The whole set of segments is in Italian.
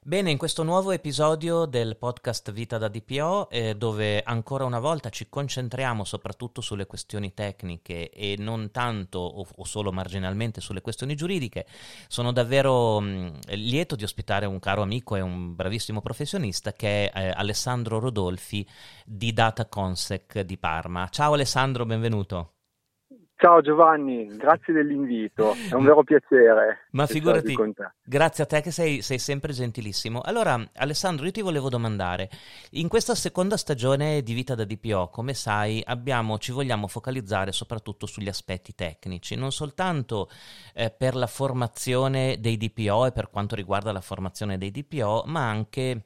Bene, in questo nuovo episodio del podcast Vita da DPO, dove ancora una volta ci concentriamo soprattutto sulle questioni tecniche e non tanto o solo marginalmente sulle questioni giuridiche, sono davvero lieto di ospitare un caro amico e un bravissimo professionista che è Alessandro Rodolfi di Data Consec di Parma. Ciao Alessandro, benvenuto. Ciao Giovanni, grazie dell'invito, è un vero piacere Ma essere qui figurati, con te. grazie a te che sei sempre gentilissimo. Allora, Alessandro, io ti volevo domandare, in questa seconda stagione di Vita da DPO, come sai, ci vogliamo focalizzare soprattutto sugli aspetti tecnici, non soltanto per la formazione dei DPO e per quanto riguarda la formazione dei DPO, ma anche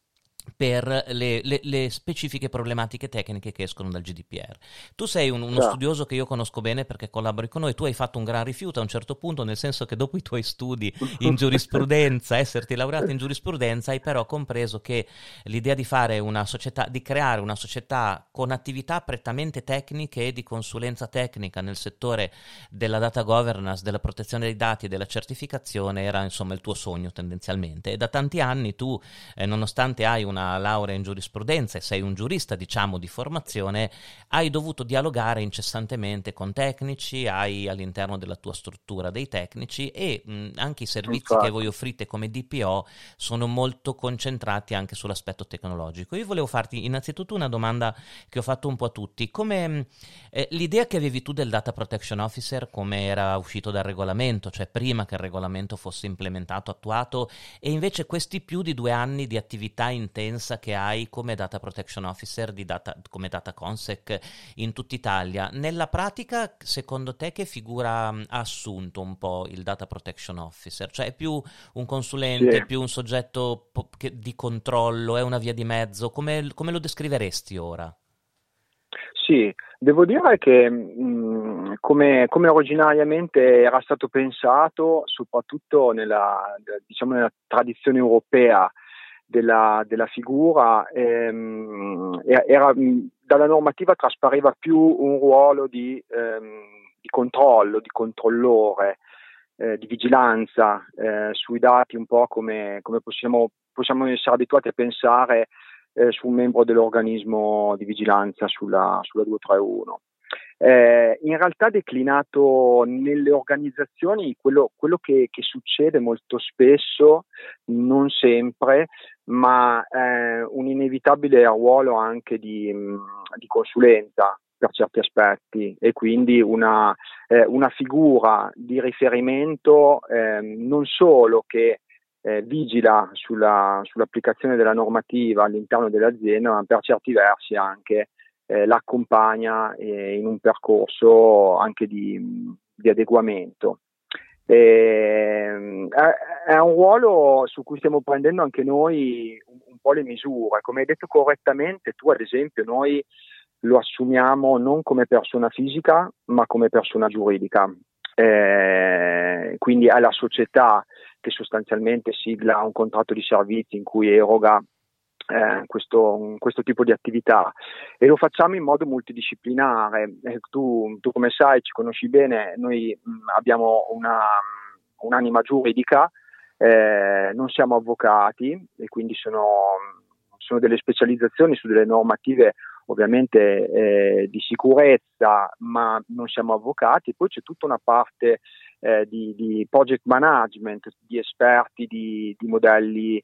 per le specifiche problematiche tecniche che escono dal GDPR. Tu sei uno Ciao. studioso che io conosco bene perché collabori con noi, tu hai fatto un gran rifiuto a un certo punto, nel senso che dopo i tuoi studi in giurisprudenza, esserti laureato in giurisprudenza, hai però compreso che l'idea di fare una società, di creare una società con attività prettamente tecniche e di consulenza tecnica nel settore della data governance, della protezione dei dati e della certificazione era insomma il tuo sogno tendenzialmente. E da tanti anni tu, nonostante hai una laurea in giurisprudenza e sei un giurista, diciamo, di formazione, hai dovuto dialogare incessantemente con tecnici, hai all'interno della tua struttura dei tecnici e anche i servizi che voi Infatti, offrite come DPO sono molto concentrati anche sull'aspetto tecnologico. Io volevo farti innanzitutto una domanda che ho fatto un po' a tutti. Come l'idea che avevi tu del Data Protection Officer, come era uscito dal regolamento, cioè prima che il regolamento fosse implementato, attuato, e invece questi più di 2 anni di attività intensa che hai come Data Protection Officer come Data Consec in tutta Italia. Nella pratica, secondo te, che figura ha assunto un po' il Data Protection Officer? Cioè è più un sì, consulente, più un soggetto di controllo, è una via di mezzo? Come lo descriveresti ora? sì, devo dire che come originariamente era stato pensato, soprattutto diciamo, nella tradizione europea della figura, dalla normativa traspareva più un ruolo di controllo, di controllore, di vigilanza sui dati, un po' come possiamo essere abituati a pensare su un membro dell'organismo di vigilanza sulla 231. In realtà declinato nelle organizzazioni quello che succede molto spesso, non sempre, ma un inevitabile ruolo anche di consulenza per certi aspetti e quindi una figura di riferimento non solo che vigila sull'applicazione della normativa all'interno dell'azienda, ma per certi versi anche l'accompagna in un percorso anche di adeguamento. È un ruolo su cui stiamo prendendo anche noi un po' le misure. Come hai detto correttamente, tu ad esempio, noi lo assumiamo non come persona fisica, ma come persona giuridica. Quindi è la società che sostanzialmente sigla un contratto di servizi in cui eroga questo tipo di attività e lo facciamo in modo multidisciplinare. Tu come sai, ci conosci bene, noi abbiamo un'anima giuridica, non siamo avvocati e quindi sono delle specializzazioni su delle normative ovviamente di sicurezza, ma non siamo avvocati. Poi c'è tutta una parte di project management, di esperti di modelli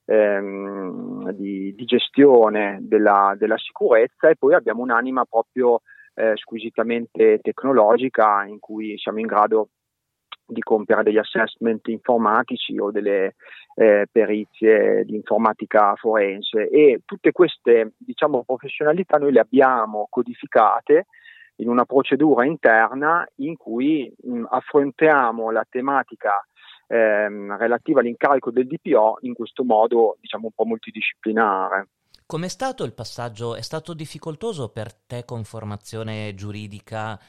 di gestione della sicurezza, e poi abbiamo un'anima proprio squisitamente tecnologica in cui siamo in grado di compiere degli assessment informatici o delle perizie di informatica forense, e tutte queste, diciamo, professionalità noi le abbiamo codificate in una procedura interna in cui affrontiamo la tematica relativa all'incarico del DPO in questo modo, diciamo, un po' multidisciplinare. Com'è stato il passaggio? È stato difficoltoso per te con formazione giuridica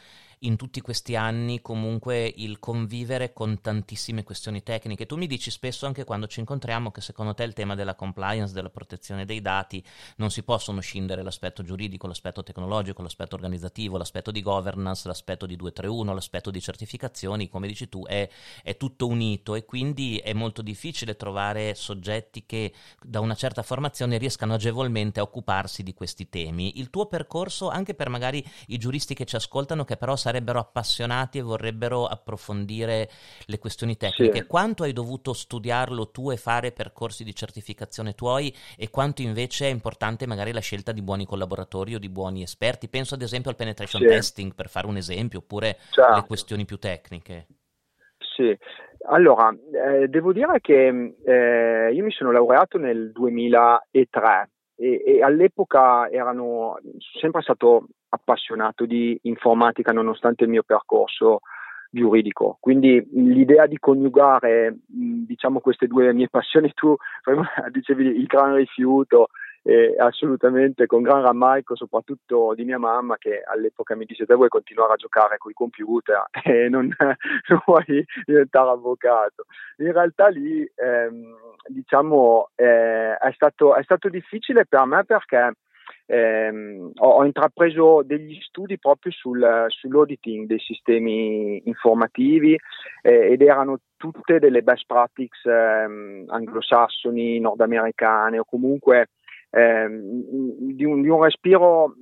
in tutti questi anni comunque il convivere con tantissime questioni tecniche. Tu mi dici spesso anche quando ci incontriamo che secondo te il tema della compliance, della protezione dei dati, non si possono scindere l'aspetto giuridico, l'aspetto tecnologico, l'aspetto organizzativo, l'aspetto di governance, l'aspetto di 231, l'aspetto di certificazioni, come dici tu, è tutto unito e quindi è molto difficile trovare soggetti che da una certa formazione riescano agevolmente a occuparsi di questi temi. Il tuo percorso, anche per magari i giuristi che ci ascoltano, che però sarebbero appassionati e vorrebbero approfondire le questioni tecniche, Sì. quanto hai dovuto studiarlo tu e fare percorsi di certificazione tuoi e quanto invece è importante magari la scelta di buoni collaboratori o di buoni esperti? Penso ad esempio al penetration Sì, testing, per fare un esempio, oppure le certo. questioni più tecniche. Sì, allora, devo dire che io mi sono laureato nel 2003 e all'epoca sono sempre stato appassionato di informatica nonostante il mio percorso giuridico, quindi l'idea di coniugare diciamo queste due mie passioni, tu prima dicevi il gran rifiuto, assolutamente con gran rammarico soprattutto di mia mamma che all'epoca mi dice te vuoi continuare a giocare con i computer e non vuoi diventare avvocato. In realtà lì diciamo è stato difficile per me perché ho intrapreso degli studi proprio sull'auditing dei sistemi informativi ed erano tutte delle best practices anglosassoni, nordamericane o comunque di un respiro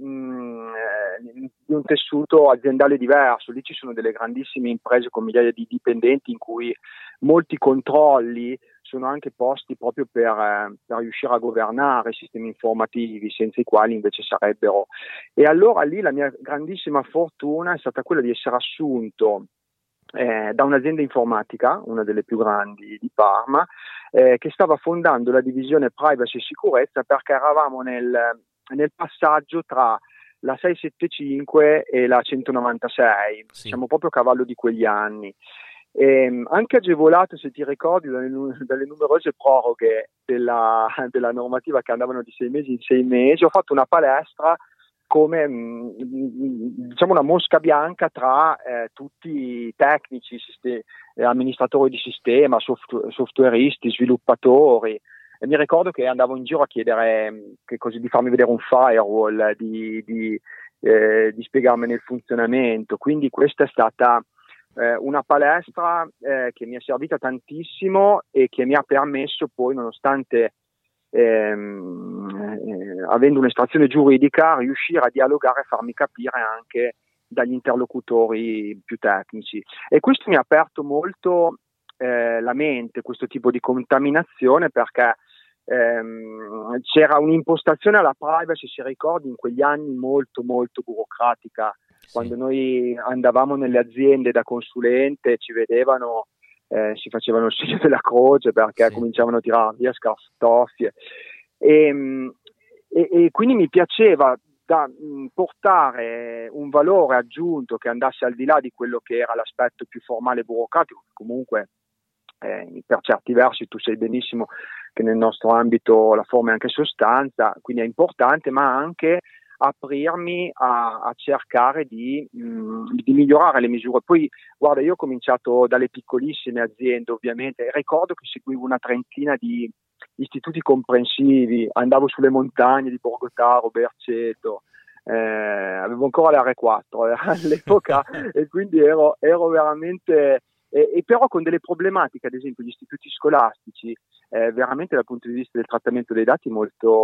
di un tessuto aziendale diverso. Lì ci sono delle grandissime imprese con migliaia di dipendenti in cui molti controlli sono anche posti proprio per riuscire a governare i sistemi informativi, senza i quali invece sarebbero. E allora lì la mia grandissima fortuna è stata quella di essere assunto da un'azienda informatica, una delle più grandi di Parma, che stava fondando la divisione privacy e sicurezza perché eravamo nel passaggio tra la 675 e la 196, Sì. siamo proprio a cavallo di quegli anni. Anche agevolato, se ti ricordi, dalle numerose proroghe della normativa che andavano di 6 mesi in 6 mesi, ho fatto una palestra come diciamo una mosca bianca tra tutti i tecnici, amministratori di sistema, softwareisti, sviluppatori. E mi ricordo che andavo in giro a chiedere di farmi vedere un firewall, di spiegarmene il funzionamento. Quindi questa è stata una palestra che mi è servita tantissimo e che mi ha permesso poi, nonostante avendo un'estrazione giuridica, riuscire a dialogare e farmi capire anche dagli interlocutori più tecnici. E questo mi ha aperto molto la mente, questo tipo di contaminazione, perché c'era un'impostazione alla privacy, se ricordi, in quegli anni molto molto burocratica. Sì. Quando noi andavamo nelle aziende da consulente ci vedevano, si facevano il segno della croce perché Sì. cominciavano a tirare via scartoffie e quindi mi piaceva portare un valore aggiunto che andasse al di là di quello che era l'aspetto più formale e burocratico. Comunque per certi versi tu sai benissimo che nel nostro ambito la forma è anche sostanza, quindi è importante, ma anche aprirmi a cercare di migliorare le misure. Poi guarda, io ho cominciato dalle piccolissime aziende, ovviamente, ricordo che seguivo una trentina di istituti comprensivi, andavo sulle montagne di Borgotaro, Berceto, avevo ancora l'R4 all'epoca e quindi ero veramente e però con delle problematiche, ad esempio gli istituti scolastici veramente dal punto di vista del trattamento dei dati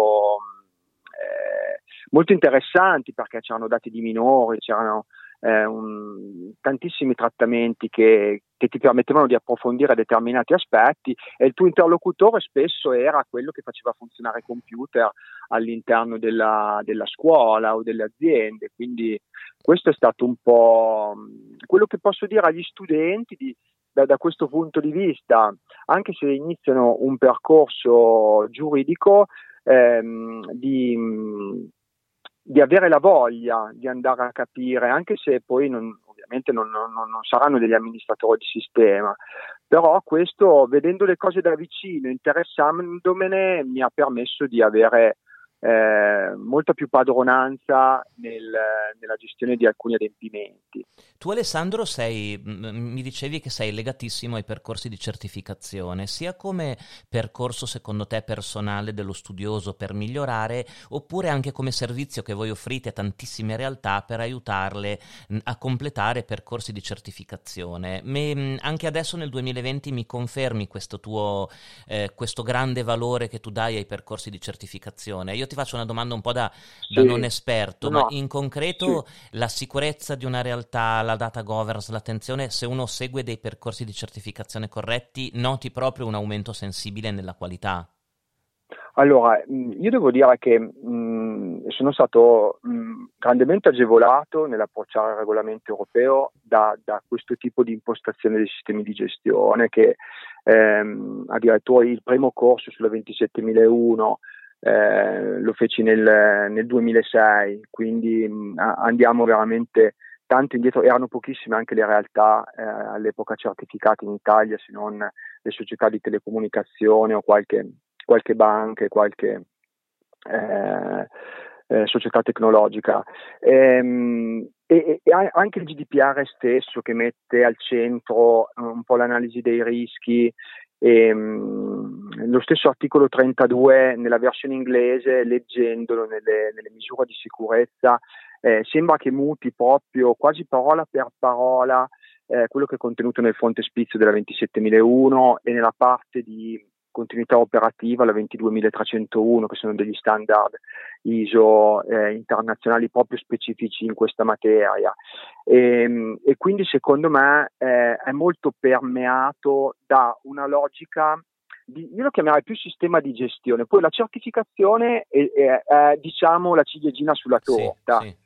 molto interessanti, perché c'erano dati di minori, c'erano tantissimi trattamenti che ti permettevano di approfondire determinati aspetti e il tuo interlocutore spesso era quello che faceva funzionare i computer all'interno della scuola o delle aziende. Quindi questo è stato un po' quello che posso dire agli studenti da questo punto di vista, anche se iniziano un percorso giuridico, di avere la voglia di andare a capire, anche se poi ovviamente non saranno degli amministratori di sistema, però questo, vedendo le cose da vicino, interessandomene, mi ha permesso di avere molta più padronanza nella gestione di alcuni adempimenti. Tu Alessandro mi dicevi che sei legatissimo ai percorsi di certificazione, sia come percorso secondo te personale dello studioso per migliorare, oppure anche come servizio che voi offrite a tantissime realtà per aiutarle a completare percorsi di certificazione. Anche adesso nel 2020 mi confermi questo grande valore che tu dai ai percorsi di certificazione? Io ti faccio una domanda un po' da non esperto, ma in concreto la sicurezza di una realtà, la data governance, l'attenzione, se uno segue dei percorsi di certificazione corretti, noti proprio un aumento sensibile nella qualità? Allora, io devo dire che sono stato grandemente agevolato nell'approcciare il regolamento europeo da questo tipo di impostazione dei sistemi di gestione, che addirittura il primo corso sulla 27001 lo feci nel 2006, quindi andiamo veramente tanto indietro. Erano pochissime anche le realtà all'epoca certificate in Italia, se non le società di telecomunicazione o qualche banca e qualche società tecnologica. E anche il GDPR stesso, che mette al centro un po' l'analisi dei rischi. Lo stesso articolo 32 nella versione inglese, leggendolo nelle misure di sicurezza, sembra che muti proprio quasi parola per parola quello che è contenuto nel frontespizio della 27001 e nella parte di continuità operativa, la 22301, che sono degli standard ISO internazionali proprio specifici in questa materia, e quindi secondo me è molto permeato da una logica io lo chiamerei più sistema di gestione. Poi la certificazione è diciamo la ciliegina sulla torta. Sì.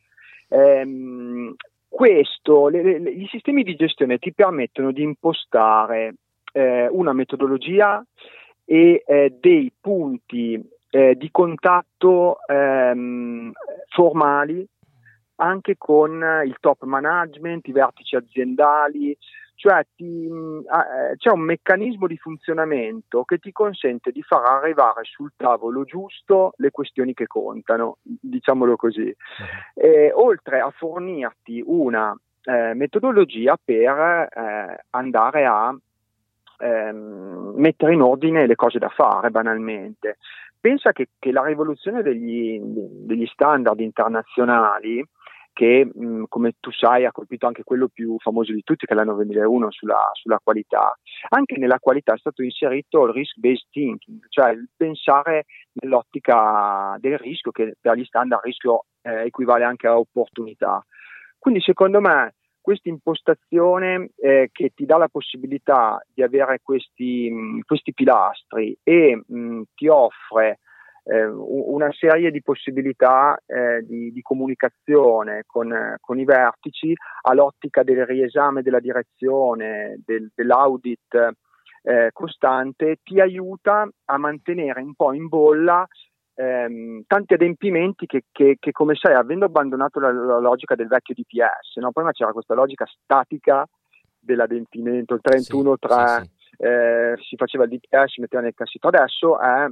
I sistemi di gestione ti permettono di impostare una metodologia e dei punti di contatto formali anche con il top management, i vertici aziendali, cioè c'è un meccanismo di funzionamento che ti consente di far arrivare sul tavolo giusto le questioni che contano, diciamolo così, oltre a fornirti una metodologia per andare a mettere in ordine le cose da fare, banalmente. Pensa che la rivoluzione degli standard internazionali, che come tu sai ha colpito anche quello più famoso di tutti, che è la 9001 sulla qualità. Anche nella qualità è stato inserito il risk-based thinking, cioè il pensare nell'ottica del rischio, che per gli standard rischio equivale anche a opportunità. Quindi secondo me questa impostazione che ti dà la possibilità di avere questi pilastri e ti offre una serie di possibilità di comunicazione con i vertici, all'ottica del riesame della direzione, dell'audit costante, ti aiuta a mantenere un po' in bolla tanti adempimenti che come sai, avendo abbandonato la logica del vecchio DPS, no? Prima c'era questa logica statica dell'adempimento, il 31-3, si faceva il DPS, si metteva nel cassetto. Adesso è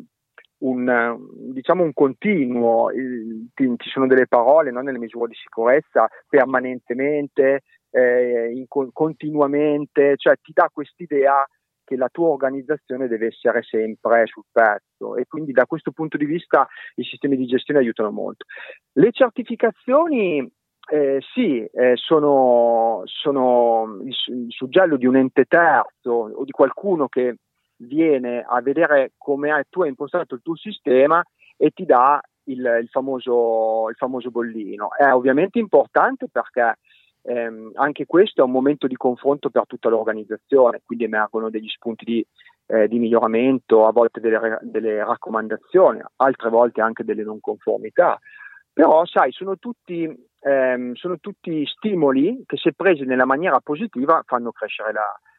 un continuo, ci sono delle parole, no, nelle misure di sicurezza, permanentemente, continuamente, cioè ti dà quest'idea che la tua organizzazione deve essere sempre sul pezzo, e quindi da questo punto di vista i sistemi di gestione aiutano molto. Le certificazioni sono il suggello di un ente terzo o di qualcuno che viene a vedere come tu hai impostato il tuo sistema e ti dà il famoso bollino. È ovviamente importante perché anche questo è un momento di confronto per tutta l'organizzazione, quindi emergono degli spunti di miglioramento, a volte delle raccomandazioni, altre volte anche delle non conformità. Però sai, sono tutti stimoli che, se presi nella maniera positiva, fanno crescere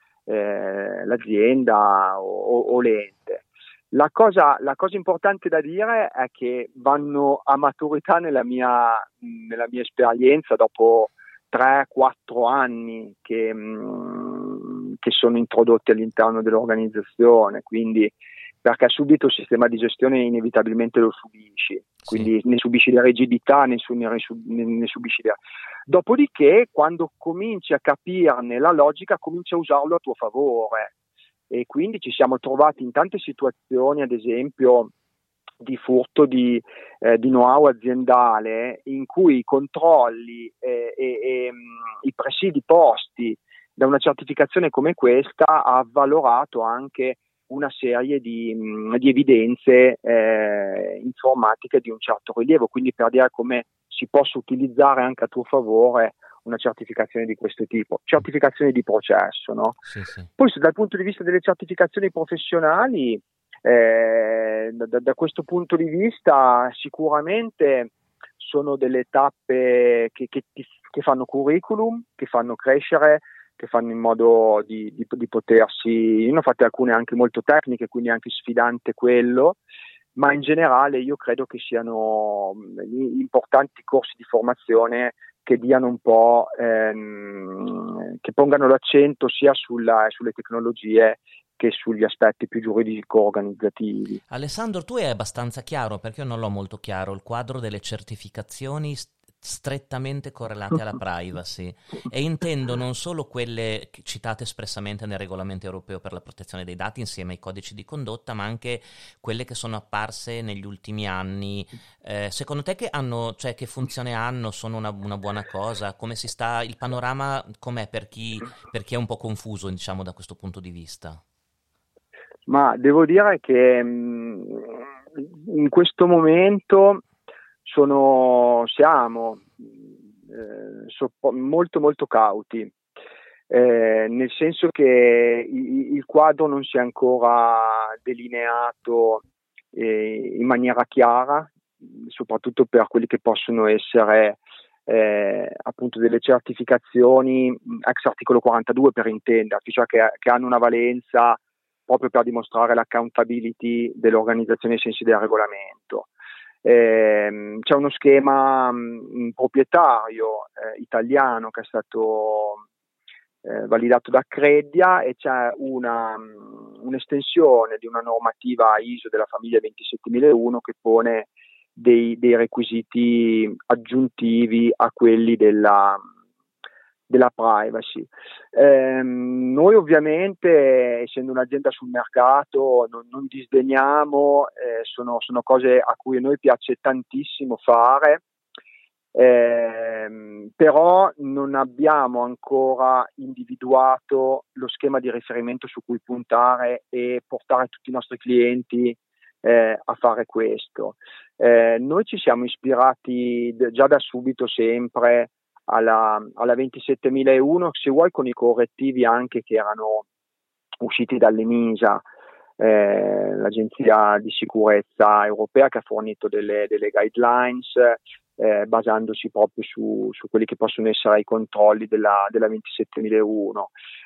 l'azienda o l'ente. La cosa importante da dire è che vanno a maturità nella mia esperienza dopo 3-4 anni che sono introdotti all'interno dell'organizzazione, quindi perché subito il sistema di gestione inevitabilmente lo subisci. quindi ne subisci le rigidità, ne subisci le... Dopodiché, quando cominci a capirne la logica, cominci a usarlo a tuo favore. E quindi ci siamo trovati in tante situazioni, ad esempio di furto di know-how aziendale, in cui i controlli e i presidi posti da una certificazione come questa ha avvalorato anche una serie di evidenze informatiche di un certo rilievo, quindi per dire come si possa utilizzare anche a tuo favore una certificazione di questo tipo, certificazione di processo, no? Sì, sì. Poi dal punto di vista delle certificazioni professionali, da questo punto di vista sicuramente sono delle tappe che fanno curriculum, che fanno crescere, che fanno in modo di potersi... Io ne ho fatte alcune anche molto tecniche, quindi anche sfidante quello, ma in generale io credo che siano importanti corsi di formazione che diano un po', che pongano l'accento sia sulle tecnologie che sugli aspetti più giuridico-organizzativi. Alessandro, tu è abbastanza chiaro, perché io non l'ho molto chiaro, il quadro delle certificazioni strettamente correlate alla privacy, e intendo non solo quelle citate espressamente nel regolamento europeo per la protezione dei dati insieme ai codici di condotta, ma anche quelle che sono apparse negli ultimi anni. Secondo te che funzione hanno? Sono una buona cosa? Come si sta il panorama? Com'è per chi è un po' confuso, diciamo, da questo punto di vista? Ma devo dire che in questo momento siamo molto molto cauti, nel senso che il quadro non si è ancora delineato in maniera chiara, soprattutto per quelli che possono essere appunto delle certificazioni ex articolo 42, per intenderci, cioè che hanno una valenza proprio per dimostrare l'accountability dell'organizzazione ai sensi del regolamento. C'è uno schema proprietario italiano che è stato validato da Accredia, e c'è un'estensione di una normativa ISO della famiglia 27001 che pone dei requisiti aggiuntivi a quelli della privacy. Noi ovviamente, essendo un'azienda sul mercato, non disdegniamo, sono cose a cui a noi piace tantissimo fare, però non abbiamo ancora individuato lo schema di riferimento su cui puntare e portare tutti i nostri clienti a fare questo. Noi ci siamo ispirati già da subito sempre alla 27001, se vuoi con i correttivi anche che erano usciti dall'ENISA, l'agenzia di sicurezza europea, che ha fornito delle guidelines basandosi proprio su quelli che possono essere i controlli della 27001.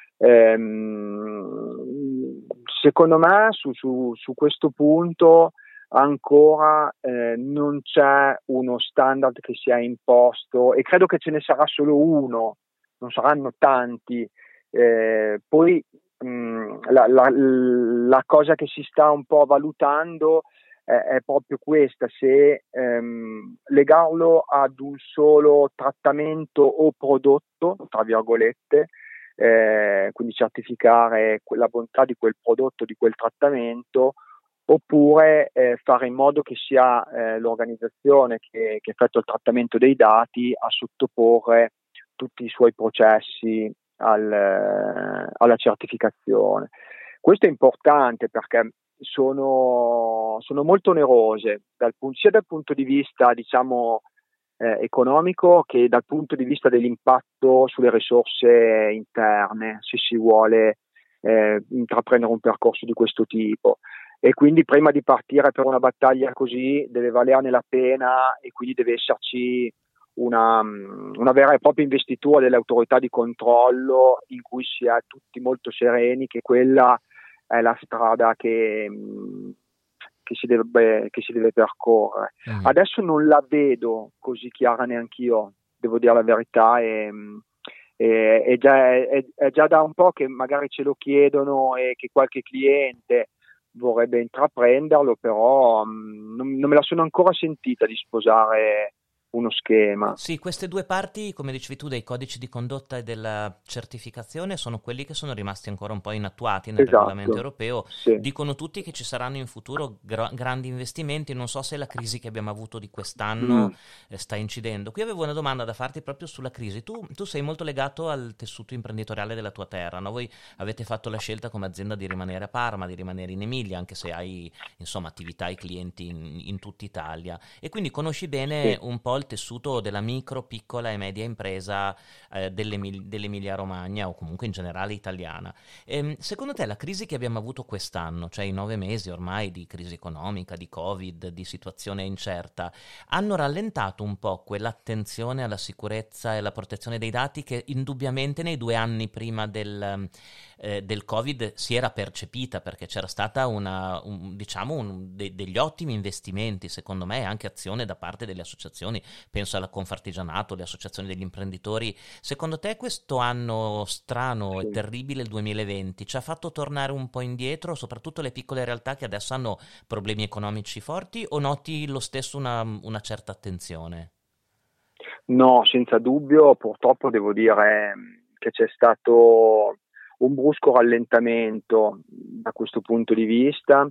Secondo me su questo punto ancora non c'è uno standard che sia imposto, e credo che ce ne sarà solo uno, non saranno tanti. Poi la cosa che si sta un po' valutando è proprio questa: se legarlo ad un solo trattamento o prodotto, tra virgolette, quindi certificare la bontà di quel prodotto, di quel trattamento, oppure fare in modo che sia l'organizzazione che effettua il trattamento dei dati a sottoporre tutti i suoi processi alla certificazione. Questo è importante perché sono molto onerose sia dal punto di vista, diciamo, economico, che dal punto di vista dell'impatto sulle risorse interne, se si vuole intraprendere un percorso di questo tipo. E quindi prima di partire per una battaglia così deve valerne la pena, e quindi deve esserci una vera e propria investitura delle autorità di controllo, in cui si è tutti molto sereni che quella è la strada che si deve percorrere. Adesso non la vedo così chiara neanch'io, devo dire la verità, è già da un po' che magari ce lo chiedono, e che qualche cliente vorrebbe intraprenderlo, però non me la sono ancora sentita di sposare uno schema. Sì, queste due parti, come dicevi tu, dei codici di condotta e della certificazione sono quelli che sono rimasti ancora un po' inattuati nel regolamento Esatto, europeo. sì. Dicono tutti che ci saranno in futuro grandi investimenti. Non so se la crisi che abbiamo avuto di quest'anno Mm, sta incidendo. Qui avevo una domanda da farti proprio sulla crisi. Tu sei molto legato al tessuto imprenditoriale della tua terra, no? Voi avete fatto la scelta come azienda di rimanere a Parma, di rimanere in Emilia, anche se hai insomma attività e clienti in tutta Italia. E quindi conosci bene sì. un po' il tessuto della micro, piccola e media impresa dell'Emilia Romagna o comunque in generale italiana. Secondo te la crisi che abbiamo avuto quest'anno, cioè i 9 mesi ormai di crisi economica, di Covid, di situazione incerta, hanno rallentato un po' quell'attenzione alla sicurezza e alla protezione dei dati che indubbiamente nei 2 anni prima del Covid si era percepita, perché c'era stata degli ottimi investimenti, secondo me, e anche azione da parte delle associazioni, penso alla Confartigianato, le associazioni degli imprenditori. Secondo te questo anno strano e Sì. terribile, il 2020, ci ha fatto tornare un po' indietro, soprattutto le piccole realtà che adesso hanno problemi economici forti, o noti lo stesso una certa attenzione? No, senza dubbio, purtroppo devo dire che c'è stato un brusco rallentamento da questo punto di vista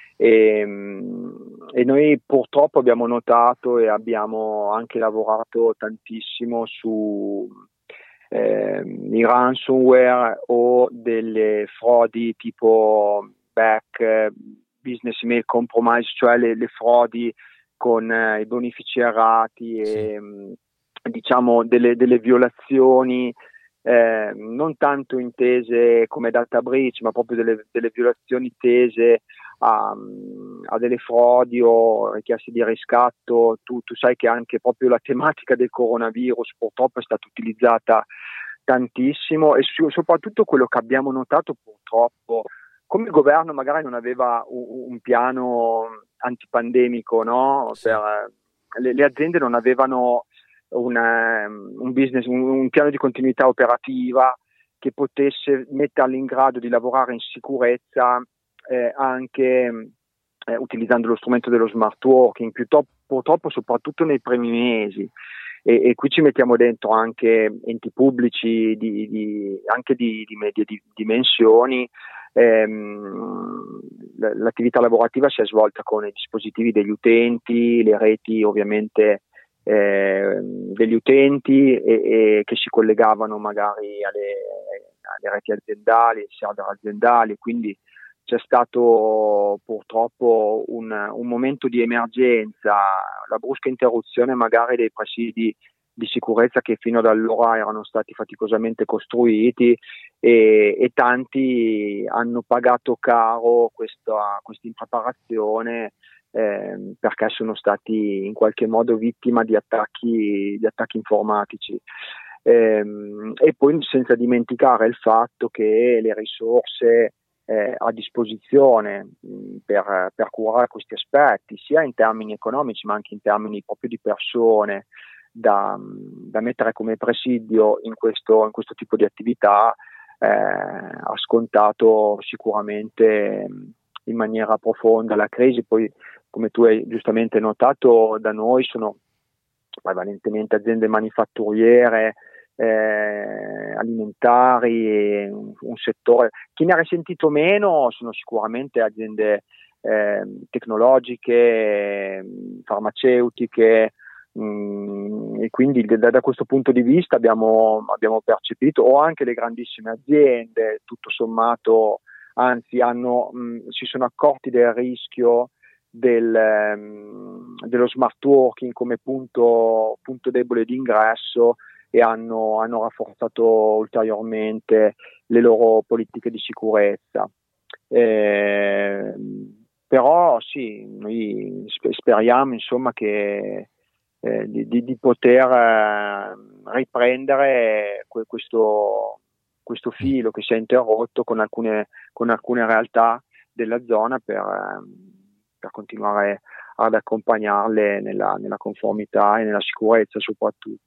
e noi purtroppo abbiamo notato e abbiamo anche lavorato tantissimo su i ransomware o delle frodi tipo business email compromise, cioè le frodi con i bonifici errati Sì, e diciamo delle violazioni non tanto intese come data breach, ma proprio delle violazioni tese a delle frodi o richieste di riscatto. Tu sai che anche proprio la tematica del coronavirus purtroppo è stata utilizzata tantissimo e soprattutto quello che abbiamo notato purtroppo, come il governo magari non aveva un piano antipandemico, no? sì. Le aziende non avevano un business, un piano di continuità operativa che potesse metterli in grado di lavorare in sicurezza anche utilizzando lo strumento dello smart working, purtroppo soprattutto nei primi mesi. E qui ci mettiamo dentro anche enti pubblici anche di medie dimensioni. L'attività lavorativa si è svolta con i dispositivi degli utenti, le reti ovviamente degli utenti e che si collegavano magari alle reti aziendali, server aziendali, quindi c'è stato purtroppo un momento di emergenza, la brusca interruzione magari dei presidi di sicurezza che fino ad allora erano stati faticosamente costruiti e tanti hanno pagato caro questa impreparazione perché sono stati in qualche modo vittima di attacchi informatici. E poi senza dimenticare il fatto che le risorse a disposizione per curare questi aspetti, sia in termini economici ma anche in termini proprio di persone da mettere come presidio in questo tipo di attività, ha scontato sicuramente in maniera profonda la crisi. Poi, come tu hai giustamente notato, da noi sono prevalentemente aziende manifatturiere, alimentari, un settore. Chi ne ha risentito meno sono sicuramente aziende tecnologiche, farmaceutiche, e quindi da questo punto di vista abbiamo percepito, o anche le grandissime aziende, tutto sommato, anzi si sono accorti del rischio dello smart working come punto debole di ingresso e hanno rafforzato ulteriormente le loro politiche di sicurezza. Però sì, noi speriamo insomma che di poter riprendere questo filo che si è interrotto con alcune realtà della zona per continuare ad accompagnarle nella conformità e nella sicurezza soprattutto.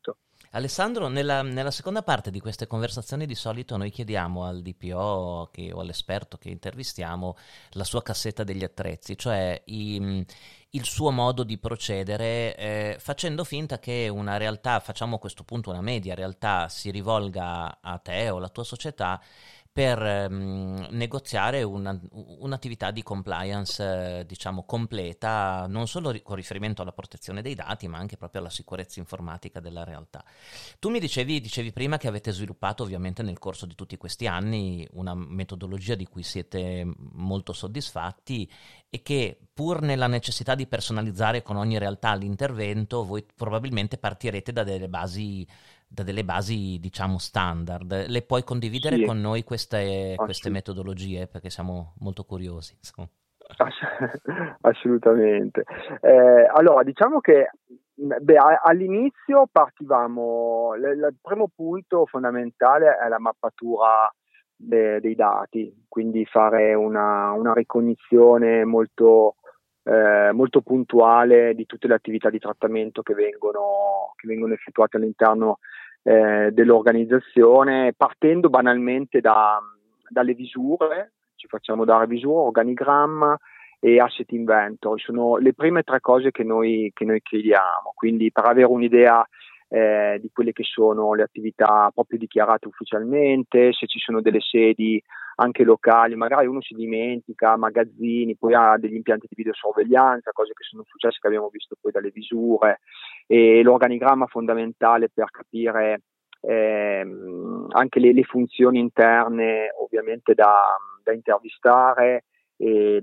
Alessandro, nella seconda parte di queste conversazioni di solito noi chiediamo al DPO o all'esperto che intervistiamo la sua cassetta degli attrezzi, cioè il suo modo di procedere, facendo finta che una realtà, facciamo a questo punto una media realtà, si rivolga a te o alla tua società per negoziare un'attività di compliance, diciamo, completa, non solo con riferimento alla protezione dei dati, ma anche proprio alla sicurezza informatica della realtà. Tu mi dicevi prima che avete sviluppato ovviamente nel corso di tutti questi anni una metodologia di cui siete molto soddisfatti e che pur nella necessità di personalizzare con ogni realtà l'intervento, voi probabilmente partirete da delle basi, diciamo, standard. Le puoi condividere Sì, con noi queste metodologie? Perché siamo molto curiosi, insomma. assolutamente. Allora, diciamo che all'inizio partivamo, il primo punto fondamentale è la mappatura dei dati, quindi fare una ricognizione molto puntuale di tutte le attività di trattamento che vengono effettuate all'interno dell'organizzazione, partendo banalmente dalle visure. Ci facciamo dare visura, organigramma e asset inventory, sono le prime tre cose che noi chiediamo, quindi per avere un'idea di quelle che sono le attività proprio dichiarate ufficialmente, se ci sono delle sedi anche locali, magari uno si dimentica, magazzini, poi ha degli impianti di videosorveglianza, cose che sono successe che abbiamo visto poi dalle visure, e l'organigramma fondamentale per capire anche le funzioni interne ovviamente da intervistare e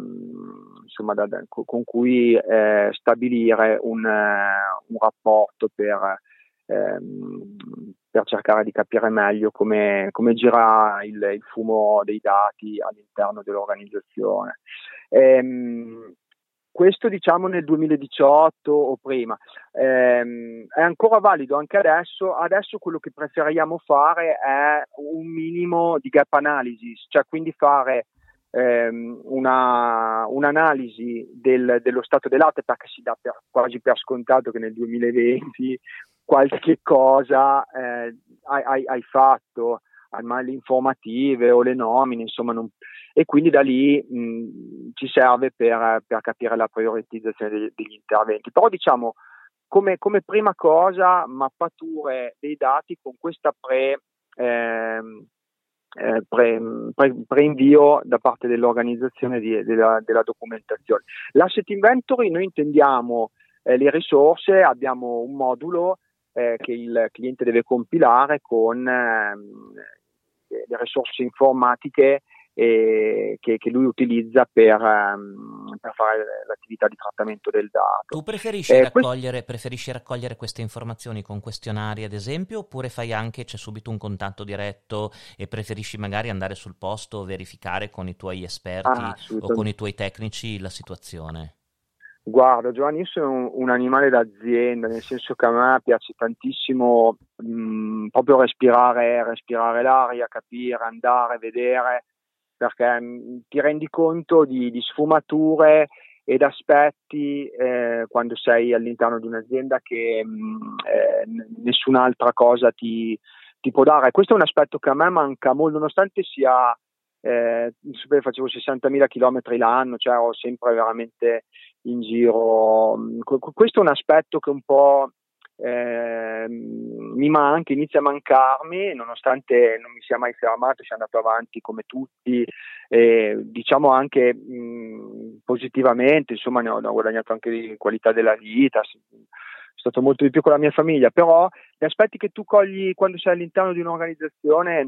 con cui stabilire un rapporto per cercare di capire meglio come gira il fumo dei dati all'interno dell'organizzazione. Questo diciamo nel 2018 o prima, è ancora valido anche adesso. Adesso quello che preferiamo fare è un minimo di gap analysis, cioè quindi fare un'analisi dello stato dell'arte, perché si dà quasi per scontato che nel 2020 qualche cosa hai fatto, le informative o le nomine, insomma, e quindi da lì ci serve per capire la prioritizzazione degli interventi. Però diciamo come prima cosa mappature dei dati con questa pre-invio da parte dell'organizzazione della documentazione. L'asset inventory, noi intendiamo le risorse, abbiamo un modulo che il cliente deve compilare con le risorse informatiche che lui utilizza per fare l'attività di trattamento del dato. Tu preferisci raccogliere queste informazioni con questionari, ad esempio, oppure c'è subito un contatto diretto e preferisci magari andare sul posto, verificare con i tuoi esperti o con i tuoi tecnici la situazione? Guarda Giovanni, io sono un animale d'azienda, nel senso che a me piace tantissimo proprio respirare l'aria, capire, andare, vedere, perché ti rendi conto di sfumature ed aspetti quando sei all'interno di un'azienda che nessun'altra cosa ti può dare. Questo è un aspetto che a me manca molto, nonostante sia facevo 60.000 chilometri l'anno, cioè ero sempre veramente in giro. Questo è un aspetto che un po' mi manca, inizia a mancarmi, nonostante non mi sia mai fermato, sia andato avanti come tutti, diciamo anche positivamente, insomma ne ho guadagnato anche di qualità della vita, sono stato molto di più con la mia famiglia, però gli aspetti che tu cogli quando sei all'interno di un'organizzazione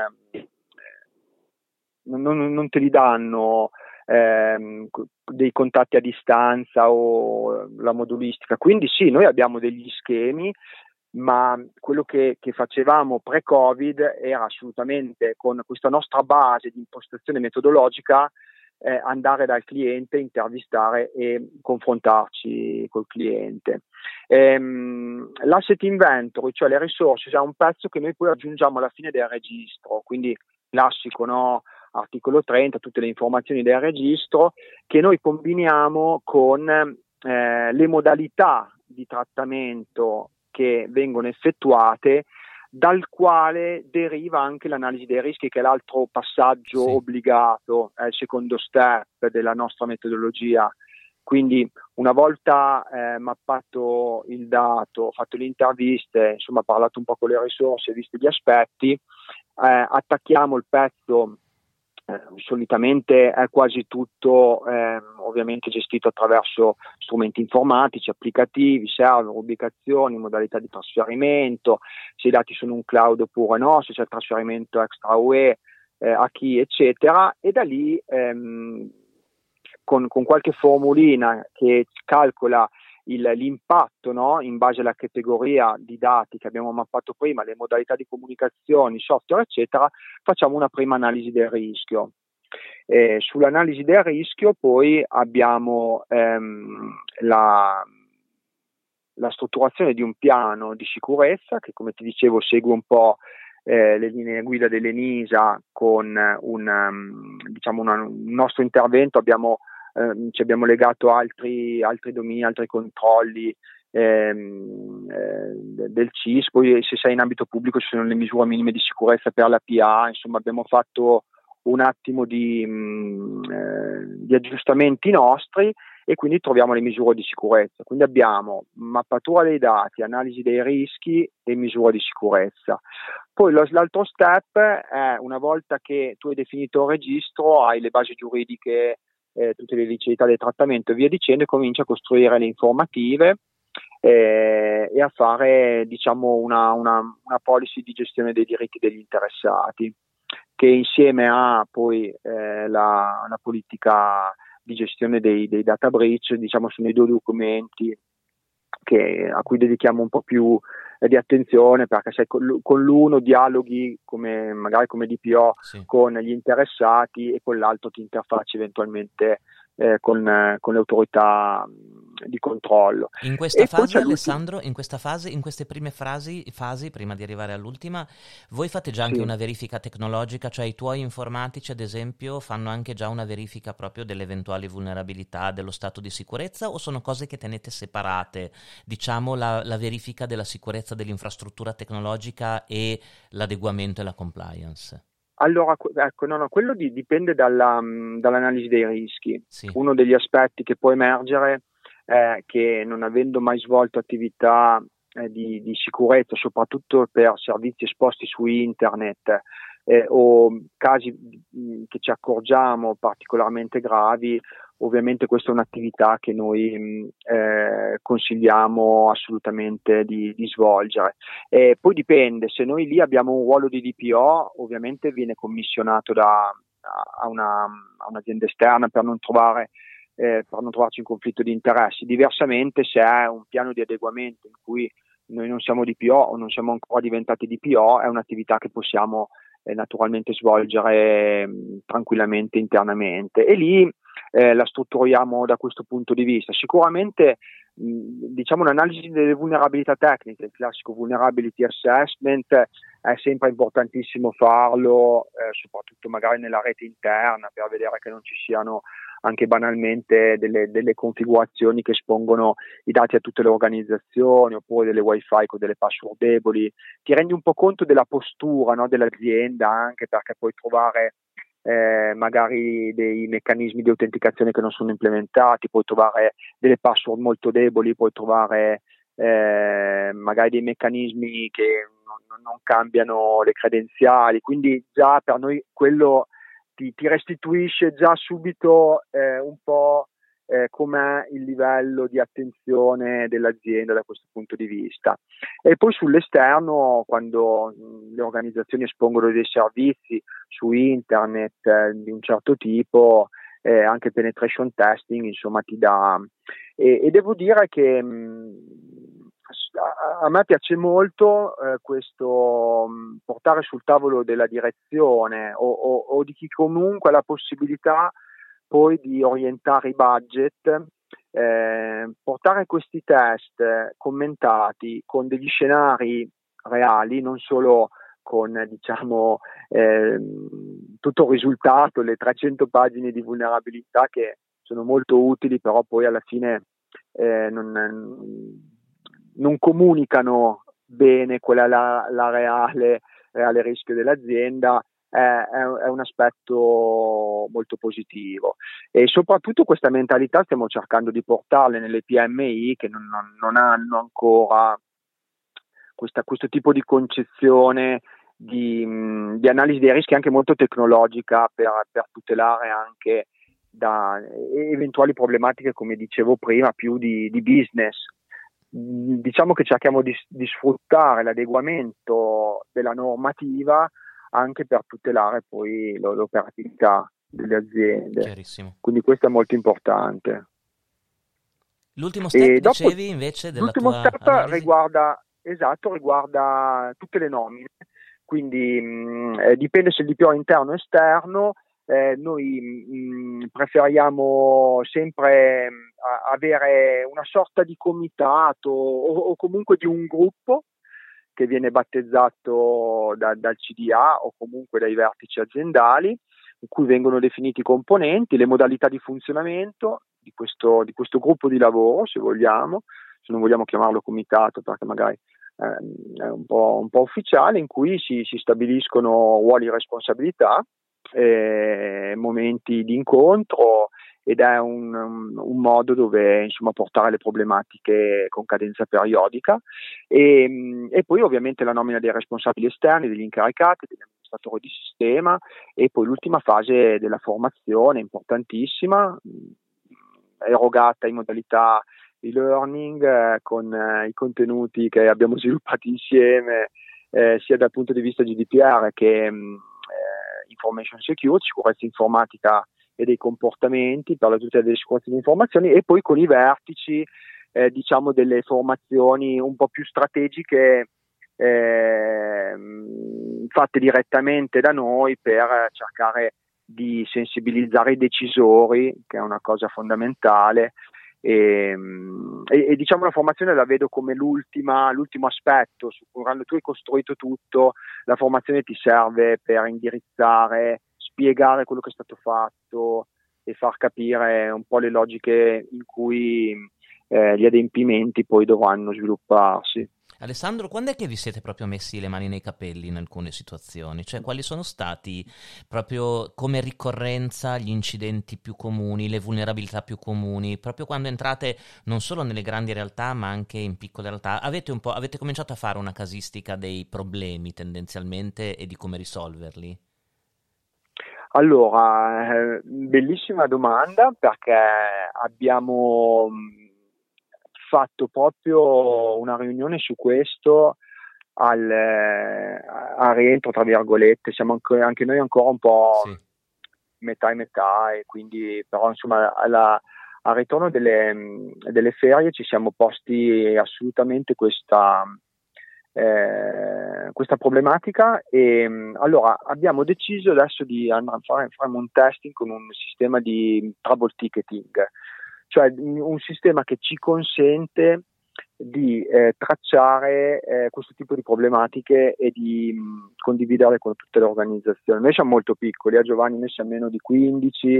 non te li danno dei contatti a distanza o la modulistica. Quindi sì, noi abbiamo degli schemi, ma quello che facevamo pre-Covid era assolutamente, con questa nostra base di impostazione metodologica, andare dal cliente, intervistare e confrontarci col cliente. L'asset inventory, cioè le risorse, è un pezzo che noi poi aggiungiamo alla fine del registro, quindi classico, no? Articolo 30, tutte le informazioni del registro, che noi combiniamo con le modalità di trattamento che vengono effettuate, dal quale deriva anche l'analisi dei rischi, che è l'altro passaggio obbligato, è il secondo step della nostra metodologia. Quindi una volta mappato il dato, fatto le interviste, insomma parlato un po' con le risorse, visti gli aspetti, attacchiamo il pezzo. Solitamente è quasi tutto ovviamente gestito attraverso strumenti informatici, applicativi, server, ubicazioni, modalità di trasferimento, se i dati sono un cloud oppure no, se c'è il trasferimento extra UE, a chi, eccetera, e da lì con qualche formulina che calcola l'impatto, no? In base alla categoria di dati che abbiamo mappato prima, le modalità di comunicazione, software, eccetera, facciamo una prima analisi del rischio. Sull'analisi del rischio poi abbiamo la strutturazione di un piano di sicurezza che, come ti dicevo, segue un po' le linee guida dell'ENISA con un nostro intervento. Ci abbiamo legato altri domini, altri controlli del CIS. Poi, se sei in ambito pubblico, ci sono le misure minime di sicurezza per la PA. Insomma, abbiamo fatto un attimo di aggiustamenti nostri, e quindi troviamo le misure di sicurezza. Quindi abbiamo mappatura dei dati, analisi dei rischi e misure di sicurezza. Poi l'altro step è, una volta che tu hai definito il registro, hai le basi giuridiche, tutte le liceità del trattamento e via dicendo, e cominci a costruire le informative e a fare, diciamo, una policy di gestione dei diritti degli interessati, che insieme a poi la politica di gestione dei data breach, diciamo, sono i due documenti a cui dedichiamo un po' più di attenzione, perché se con l'uno dialoghi magari come DPO con gli interessati, e con l'altro ti interfacci eventualmente con le autorità di controllo. In questa fase, Alessandro, in queste prime fasi, prima di arrivare all'ultima, voi fate già anche una verifica tecnologica, cioè i tuoi informatici, ad esempio, fanno anche già una verifica proprio delle eventuali vulnerabilità, dello stato di sicurezza, o sono cose che tenete separate, diciamo la verifica della sicurezza dell'infrastruttura tecnologica e l'adeguamento e la compliance? Allora, ecco, no, quello dipende dall'analisi dei rischi. Uno degli aspetti che può emergere è che, non avendo mai svolto attività di sicurezza, soprattutto per servizi esposti su internet, o casi che ci accorgiamo particolarmente gravi, ovviamente questa è un'attività che noi consigliamo assolutamente di svolgere. Poi dipende, se noi lì abbiamo un ruolo di DPO, ovviamente viene commissionato a un'azienda esterna per non trovarci in conflitto di interessi. Diversamente, se è un piano di adeguamento in cui noi non siamo DPO o non siamo ancora diventati DPO, è un'attività che possiamo naturalmente svolgere tranquillamente internamente, e lì la strutturiamo da questo punto di vista. Sicuramente diciamo un'analisi delle vulnerabilità tecniche, il classico vulnerability assessment, è sempre importantissimo farlo, soprattutto magari nella rete interna, per vedere che non ci siano anche banalmente delle configurazioni che espongono i dati a tutte le organizzazioni, oppure delle wifi con delle password deboli. Ti rendi un po' conto della postura, no, dell'azienda, anche perché puoi trovare magari dei meccanismi di autenticazione che non sono implementati, puoi trovare delle password molto deboli, puoi trovare magari dei meccanismi che non cambiano le credenziali. Quindi già per noi quello ti restituisce già subito un po' com'è il livello di attenzione dell'azienda da questo punto di vista. E poi sull'esterno, quando le organizzazioni espongono dei servizi su internet di un certo tipo, anche penetration testing, insomma, ti dà. E devo dire che a me piace molto questo portare sul tavolo della direzione o di chi comunque ha la possibilità poi di orientare i budget, portare questi test commentati con degli scenari reali, non solo con, diciamo, tutto il risultato, le 300 pagine di vulnerabilità, che sono molto utili, però poi alla fine non non comunicano bene qual è la reale rischio dell'azienda, è un aspetto molto positivo. E soprattutto questa mentalità stiamo cercando di portarle nelle PMI che non hanno ancora questo tipo di concezione di analisi dei rischi anche molto tecnologica per tutelare anche da eventuali problematiche, come dicevo prima, più di business. Diciamo che cerchiamo di sfruttare l'adeguamento della normativa anche per tutelare poi l'operatività delle aziende. Chiarissimo. Quindi questo è molto importante. L'ultimo step, E dopo, dicevi, invece, della l'ultimo tua step analisi? riguarda tutte le nomine, quindi dipende se il DPO è interno o esterno. Noi preferiamo sempre avere una sorta di comitato o comunque di un gruppo che viene battezzato dal CDA o comunque dai vertici aziendali, in cui vengono definiti i componenti, le modalità di funzionamento di questo gruppo di lavoro, se vogliamo, se non vogliamo chiamarlo comitato perché magari è un po' ufficiale, in cui si stabiliscono ruoli e responsabilità, momenti di incontro, ed è un modo dove insomma portare le problematiche con cadenza periodica, e poi ovviamente la nomina dei responsabili esterni, degli incaricati, degli amministratori di sistema, e poi l'ultima fase della formazione importantissima, erogata in modalità e-learning, con i contenuti che abbiamo sviluppato insieme, sia dal punto di vista GDPR che information security, sicurezza informatica e dei comportamenti per la tutela delle sicurezza delle informazioni, e poi con i vertici diciamo delle formazioni un po' più strategiche fatte direttamente da noi per cercare di sensibilizzare i decisori, che è una cosa fondamentale. E diciamo la formazione la vedo come l'ultimo aspetto su cui, quando tu hai costruito tutto, la formazione ti serve per indirizzare, spiegare quello che è stato fatto e far capire un po' le logiche in cui gli adempimenti poi dovranno svilupparsi. Alessandro, quando è che vi siete proprio messi le mani nei capelli in alcune situazioni? Cioè, quali sono stati proprio come ricorrenza gli incidenti più comuni, le vulnerabilità più comuni, proprio quando entrate non solo nelle grandi realtà, ma anche in piccole realtà? Avete cominciato a fare una casistica dei problemi tendenzialmente e di come risolverli? Allora, bellissima domanda, perché abbiamo fatto proprio una riunione su questo al rientro, tra virgolette. Siamo anche noi ancora un po' Sì. metà e metà, e quindi però insomma al ritorno delle ferie ci siamo posti assolutamente questa problematica, e allora abbiamo deciso adesso di faremo un testing con un sistema di trouble ticketing, cioè un sistema che ci consente di tracciare questo tipo di problematiche e di condividerle con tutte le organizzazioni. Noi siamo molto piccoli, Giovanni, noi siamo meno di 15,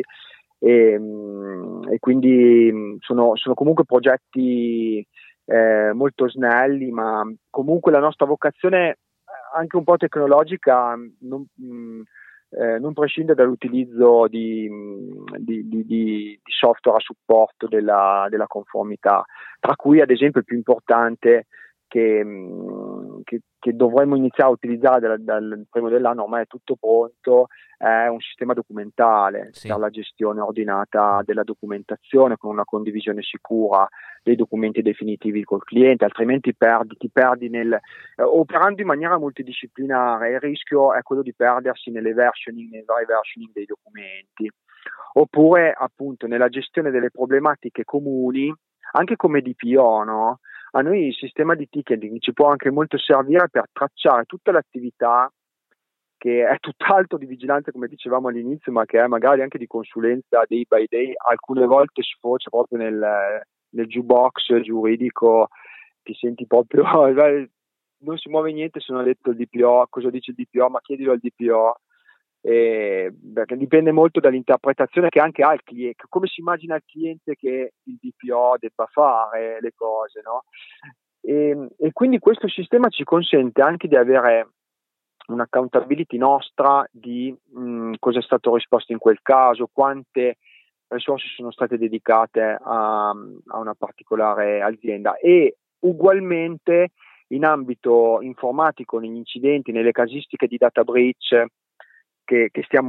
e quindi sono comunque progetti molto snelli, ma comunque la nostra vocazione, anche un po' tecnologica, non prescinde dall'utilizzo di software a supporto della conformità, tra cui ad esempio il più importante che dovremmo iniziare a utilizzare dal primo dell'anno, ormai è tutto pronto, è un sistema documentale, Sì. per la gestione ordinata della documentazione, con una condivisione sicura dei documenti definitivi col cliente, altrimenti ti perdi operando in maniera multidisciplinare, il rischio è quello di perdersi nei vari versioning dei documenti, oppure appunto nella gestione delle problematiche comuni, anche come DPO, no? A noi il sistema di ticketing ci può anche molto servire per tracciare tutta l'attività, che è tutt'altro di vigilanza, come dicevamo all'inizio, ma che è magari anche di consulenza day by day, alcune volte sfocia proprio nel jukebox giuridico, ti senti proprio non si muove niente se non ha detto il DPO, cosa dice il DPO, ma chiedilo al DPO, perché dipende molto dall'interpretazione che anche ha il cliente, come si immagina il cliente che il DPO debba fare le cose, no? E quindi questo sistema ci consente anche di avere un'accountability nostra di cosa è stato risposto in quel caso, quante risorse sono state dedicate a una particolare azienda, e ugualmente in ambito informatico, negli incidenti, nelle casistiche di data breach che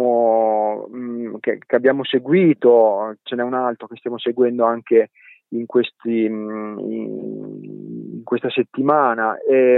abbiamo seguito, ce n'è un altro che stiamo seguendo anche in questa settimana,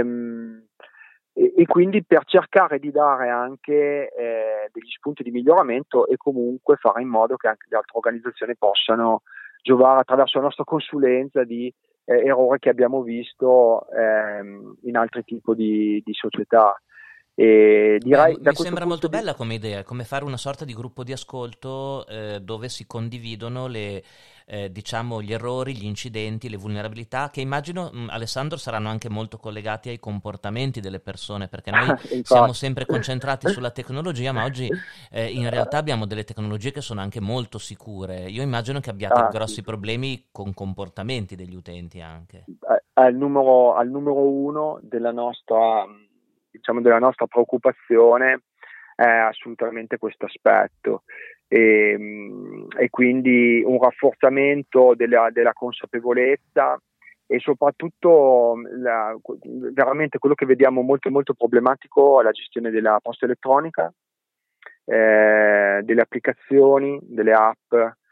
e quindi per cercare di dare anche degli spunti di miglioramento e comunque fare in modo che anche le altre organizzazioni possano giovare attraverso la nostra consulenza di errori che abbiamo visto in altri tipi di società. E direi, mi sembra molto bella come idea, come fare una sorta di gruppo di ascolto dove si condividono diciamo, gli errori, gli incidenti, le vulnerabilità, che immagino, Alessandro, saranno anche molto collegati ai comportamenti delle persone, perché noi siamo sempre concentrati sulla tecnologia, ma oggi in realtà abbiamo delle tecnologie che sono anche molto sicure. Io immagino che abbiate grossi problemi con comportamenti degli utenti anche. Al numero uno della nostra preoccupazione è assolutamente questo aspetto, e quindi un rafforzamento della consapevolezza, e soprattutto veramente quello che vediamo molto molto problematico è la gestione della posta elettronica, delle applicazioni, delle app.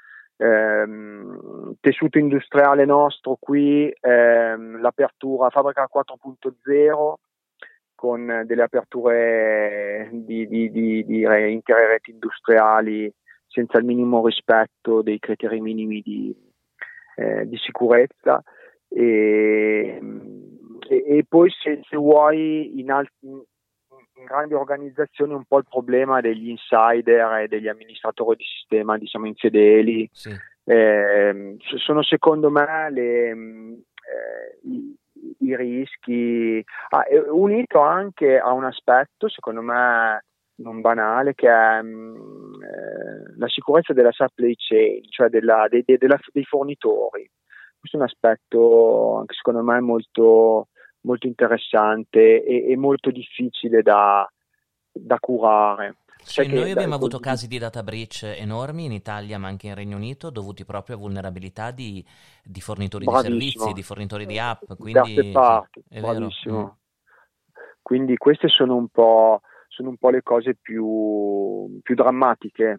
Tessuto industriale nostro qui, l'apertura fabbrica 4.0 con delle aperture di intere reti industriali senza il minimo rispetto dei criteri minimi di sicurezza, e poi se vuoi in grandi organizzazioni un po' il problema degli insider e degli amministratori di sistema, diciamo, infedeli. Sì. Sono secondo me i rischi, unito anche a un aspetto secondo me non banale, che è la sicurezza della supply chain, cioè dei fornitori. Questo è un aspetto anche secondo me molto molto interessante e molto difficile da curare. Sì, noi abbiamo avuto casi di data breach enormi in Italia, ma anche in Regno Unito, dovuti proprio a vulnerabilità di fornitori di servizi, di fornitori di app. Quindi, terze parti, sì, è bravissimo. vero. Quindi queste sono un po' le cose più drammatiche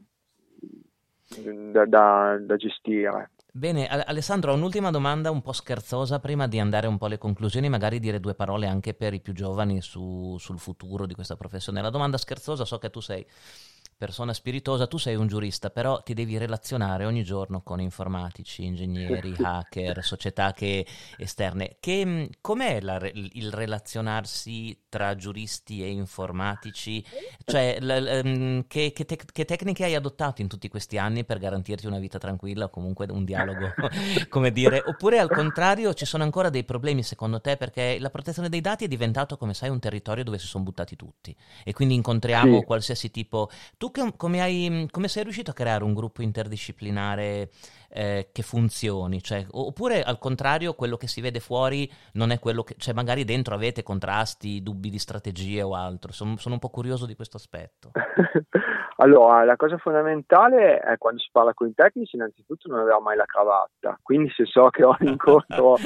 da gestire. Bene, Alessandro, ho un'ultima domanda un po' scherzosa prima di andare un po' alle conclusioni, magari dire due parole anche per i più giovani sul futuro di questa professione. La domanda scherzosa: so che tu sei persona spiritosa, tu sei un giurista, però ti devi relazionare ogni giorno con informatici, ingegneri, hacker, società esterne. Com'è il relazionarsi tra giuristi e informatici? Cioè, che tecniche hai adottato in tutti questi anni per garantirti una vita tranquilla o comunque un dialogo, come dire? Oppure al contrario ci sono ancora dei problemi secondo te, perché la protezione dei dati è diventato, come sai, un territorio dove si sono buttati tutti e quindi incontriamo qualsiasi tipo. Tu come sei riuscito a creare un gruppo interdisciplinare che funzioni? Cioè, oppure al contrario quello che si vede fuori non è quello che... Cioè magari dentro avete contrasti, dubbi di strategie o altro. Sono un po' curioso di questo aspetto. Allora, la cosa fondamentale è, quando si parla con i tecnici, innanzitutto non aveva mai la cravatta, quindi se so che ho un incontro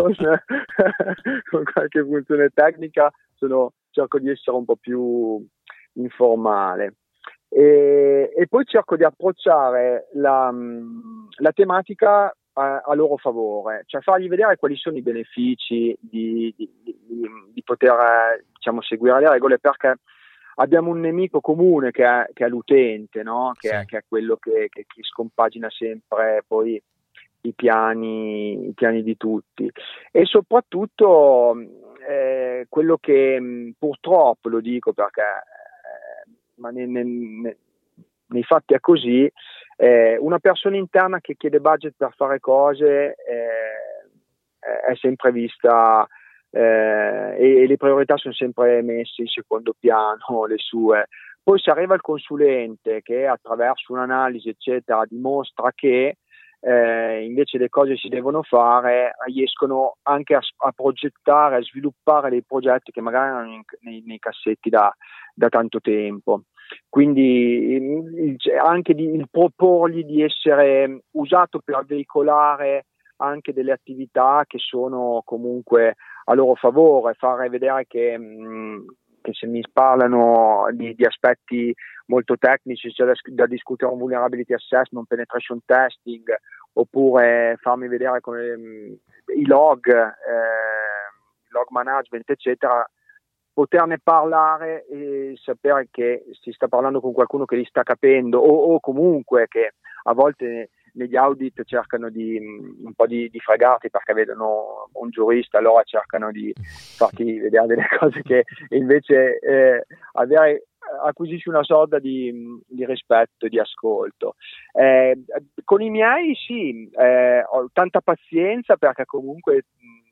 con qualche funzione tecnica, cerco di essere un po' più informale. E poi cerco di approcciare la tematica a loro favore, cioè fargli vedere quali sono i benefici di poter diciamo, seguire le regole, perché abbiamo un nemico comune che è l'utente, no? Che è quello che scompagina sempre poi i piani di tutti, e soprattutto quello che purtroppo, lo dico perché ma nei fatti è così, una persona interna che chiede budget per fare cose è sempre vista e le priorità sono sempre messe in secondo piano, le sue. Poi se arriva il consulente che attraverso un'analisi eccetera dimostra che invece le cose si devono fare, riescono anche a progettare, a sviluppare dei progetti che magari erano nei cassetti da tanto tempo. Quindi anche il proporgli di essere usato per veicolare anche delle attività che sono comunque a loro favore, fare vedere che se mi parlano di aspetti molto tecnici, c'è da discutere un vulnerability assessment, penetration testing, oppure farmi vedere come i log management, eccetera, poterne parlare e sapere che si sta parlando con qualcuno che li sta capendo, o comunque che a volte negli audit cercano un po' di fregarti perché vedono un giurista, allora cercano di farti vedere delle cose che invece acquisisci una sorta di rispetto e di ascolto. Con i miei sì, ho tanta pazienza perché comunque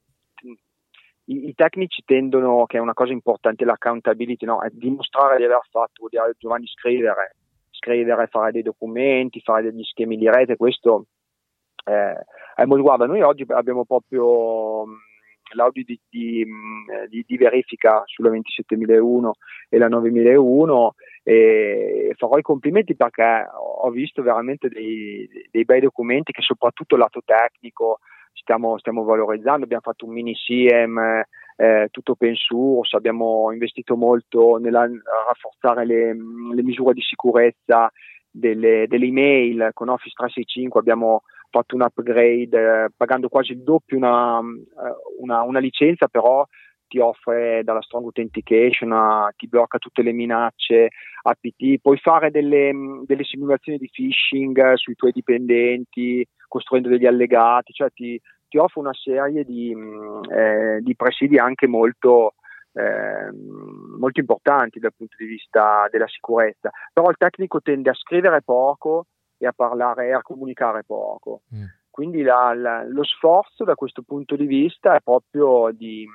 i tecnici tendono, che è una cosa importante, l'accountability, no? È dimostrare di aver fatto, vuol dire Giovanni scrivere, fare dei documenti, fare degli schemi di rete, questo è molto. Guarda, noi oggi abbiamo proprio l'audit di verifica sulla 27001 e la 9001 e farò i complimenti perché ho visto veramente dei bei documenti che soprattutto lato tecnico stiamo valorizzando. Abbiamo fatto un mini SIEM tutto open source, abbiamo investito molto nel rafforzare le misure di sicurezza delle email con Office 365, abbiamo fatto un upgrade pagando quasi il doppio una licenza, però ti offre dalla Strong Authentication, ti blocca tutte le minacce APT, puoi fare delle simulazioni di phishing sui tuoi dipendenti costruendo degli allegati, cioè ti offre una serie di presidi anche molto importanti dal punto di vista della sicurezza, però il tecnico tende a scrivere poco e a parlare e a comunicare poco. Quindi lo sforzo da questo punto di vista è proprio di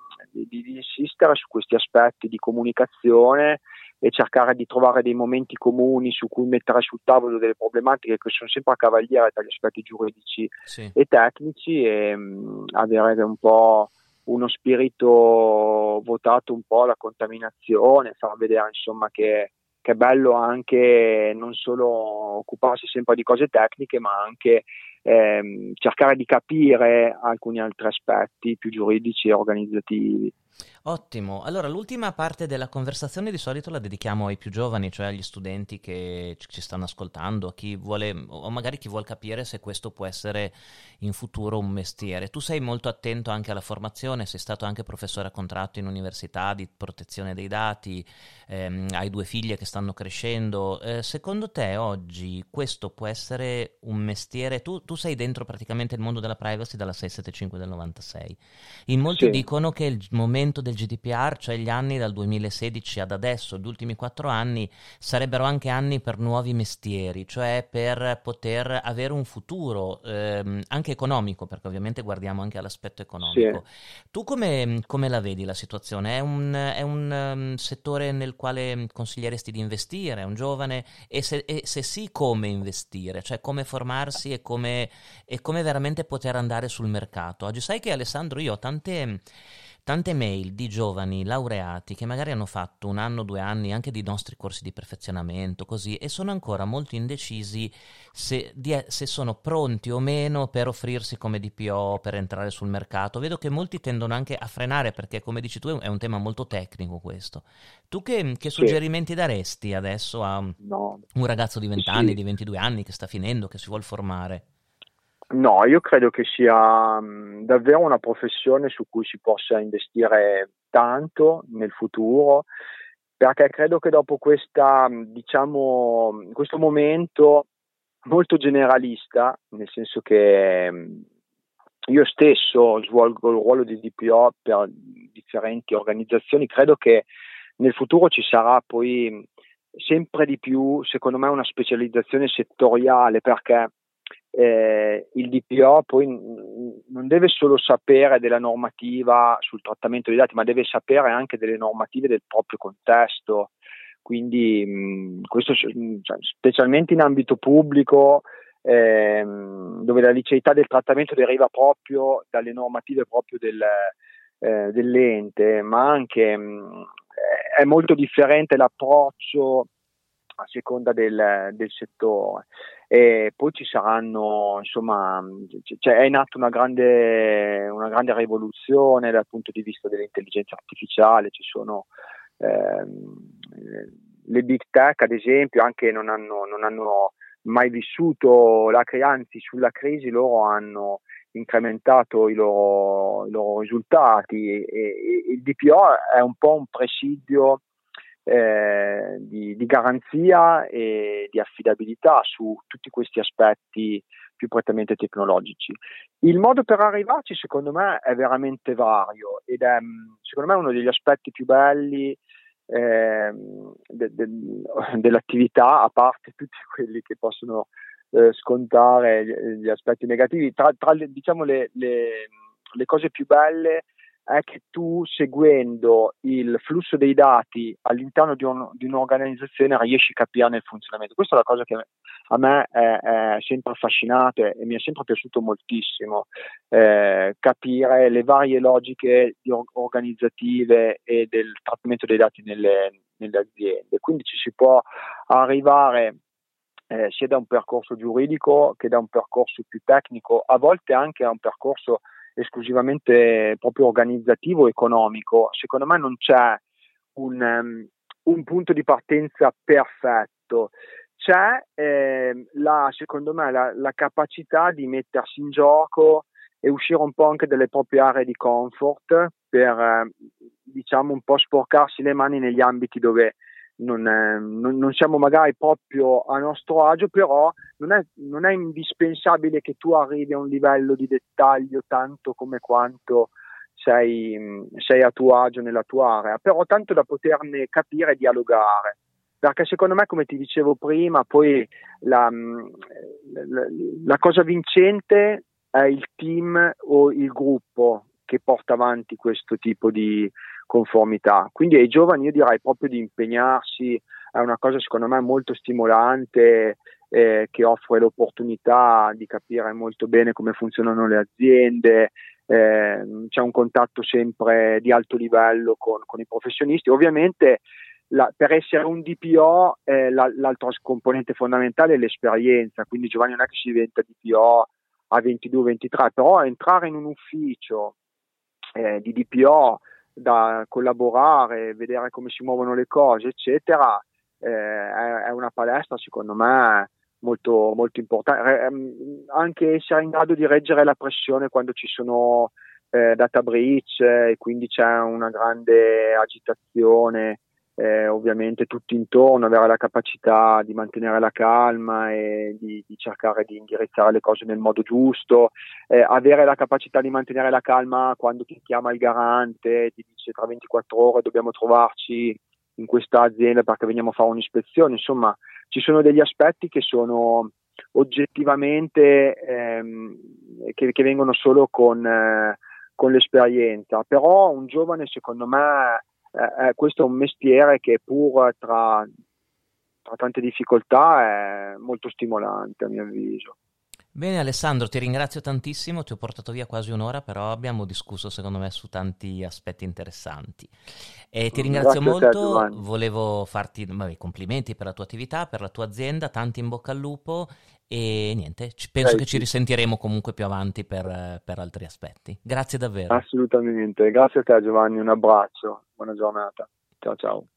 insistere su questi aspetti di comunicazione e cercare di trovare dei momenti comuni su cui mettere sul tavolo delle problematiche che sono sempre a cavaliere tra gli aspetti giuridici e tecnici, e avere un po' uno spirito votato un po' alla contaminazione, far vedere insomma che è bello anche non solo occuparsi sempre di cose tecniche, ma anche cercare di capire alcuni altri aspetti più giuridici e organizzativi. Ottimo, allora l'ultima parte della conversazione di solito la dedichiamo ai più giovani, cioè agli studenti che ci stanno ascoltando, a chi vuole, o magari chi vuole capire se questo può essere in futuro un mestiere. Tu sei molto attento anche alla formazione, sei stato anche professore a contratto in università di protezione dei dati, hai 2 figlie che stanno crescendo. Secondo te oggi questo può essere un mestiere? Tu sei dentro praticamente il mondo della privacy dalla 675 del 96. In molti dicono che il momento del GDPR, cioè gli anni dal 2016 ad adesso, gli ultimi 4 anni, sarebbero anche anni per nuovi mestieri, cioè per poter avere un futuro anche economico, perché ovviamente guardiamo anche all'aspetto economico. Tu come la vedi la situazione? È un settore nel quale consiglieresti di investire? È un giovane? E se sì, come investire? Cioè come formarsi e come veramente poter andare sul mercato? Oggi sai che, Alessandro, io ho tante mail di giovani laureati che magari hanno fatto 1 anno, 2 anni anche di nostri corsi di perfezionamento, così, e sono ancora molto indecisi se sono pronti o meno per offrirsi come DPO, per entrare sul mercato. Vedo che molti tendono anche a frenare perché, come dici tu, è un tema molto tecnico questo. Tu che suggerimenti daresti adesso a un ragazzo di 20 anni, di 22 anni che sta finendo, che si vuol formare? No, io credo che sia davvero una professione su cui si possa investire tanto nel futuro, perché credo che dopo questo momento molto generalista, nel senso che io stesso svolgo il ruolo di DPO per differenti organizzazioni, credo che nel futuro ci sarà poi sempre di più, secondo me, una specializzazione settoriale, perché il DPO poi non deve solo sapere della normativa sul trattamento dei dati, ma deve sapere anche delle normative del proprio contesto. Quindi questo, cioè, specialmente in ambito pubblico, dove la liceità del trattamento deriva proprio dalle normative proprio dell'ente, ma anche è molto differente l'approccio a seconda del settore. E poi ci saranno, insomma, è in atto una grande rivoluzione dal punto di vista dell'intelligenza artificiale. Ci sono le big tech, ad esempio, anche non hanno mai vissuto la crisi, anzi sulla crisi loro hanno incrementato i loro risultati, e il DPO è un po' un presidio di garanzia e di affidabilità su tutti questi aspetti più prettamente tecnologici. Il modo per arrivarci, secondo me, è veramente vario, ed è secondo me uno degli aspetti più belli dell'attività, a parte tutti quelli che possono scontare gli aspetti negativi. Tra diciamo le cose più belle è che tu, seguendo il flusso dei dati all'interno di un'organizzazione, riesci a capirne il funzionamento. Questa è la cosa che a me è sempre affascinato e mi è sempre piaciuto moltissimo, capire le varie logiche organizzative e del trattamento dei dati nelle aziende. Quindi ci si può arrivare sia da un percorso giuridico che da un percorso più tecnico, a volte anche a un percorso esclusivamente proprio organizzativo, economico. Secondo me non c'è un punto di partenza perfetto, c'è secondo me la capacità di mettersi in gioco e uscire un po' anche dalle proprie aree di comfort per diciamo un po' sporcarsi le mani negli ambiti dove non siamo magari proprio a nostro agio, però non è indispensabile che tu arrivi a un livello di dettaglio tanto come quanto sei a tuo agio nella tua area, però tanto da poterne capire e dialogare, perché secondo me, come ti dicevo prima, poi la cosa vincente è il team o il gruppo che porta avanti questo tipo di conformità. Quindi ai giovani io direi proprio di impegnarsi, è una cosa secondo me molto stimolante, che offre l'opportunità di capire molto bene come funzionano le aziende, c'è un contatto sempre di alto livello con i professionisti. Ovviamente per essere un DPO l'altro componente fondamentale è l'esperienza, quindi Giovanni non è che si diventa DPO a 22-23, però entrare in un ufficio di DPO da collaborare, vedere come si muovono le cose, eccetera, è una palestra secondo me molto, molto importante. Anche essere in grado di reggere la pressione quando ci sono data breach e quindi c'è una grande agitazione, ovviamente tutti intorno, avere la capacità di mantenere la calma e di cercare di indirizzare le cose nel modo giusto, avere la capacità di mantenere la calma quando ti chiama il garante, ti dice tra 24 ore dobbiamo trovarci in questa azienda perché veniamo a fare un'ispezione. Insomma, ci sono degli aspetti che sono oggettivamente che vengono solo con l'esperienza, però un giovane, secondo me, questo è un mestiere che pur tra tante difficoltà è molto stimolante, a mio avviso. Bene Alessandro, ti ringrazio tantissimo, ti ho portato via quasi un'ora, però abbiamo discusso secondo me su tanti aspetti interessanti. E ti ringrazio molto, volevo farti i complimenti per la tua attività, per la tua azienda, tanti in bocca al lupo e niente, penso che ci risentiremo comunque più avanti per altri aspetti. Grazie davvero. Assolutamente, grazie a te Giovanni, un abbraccio, buona giornata, ciao ciao.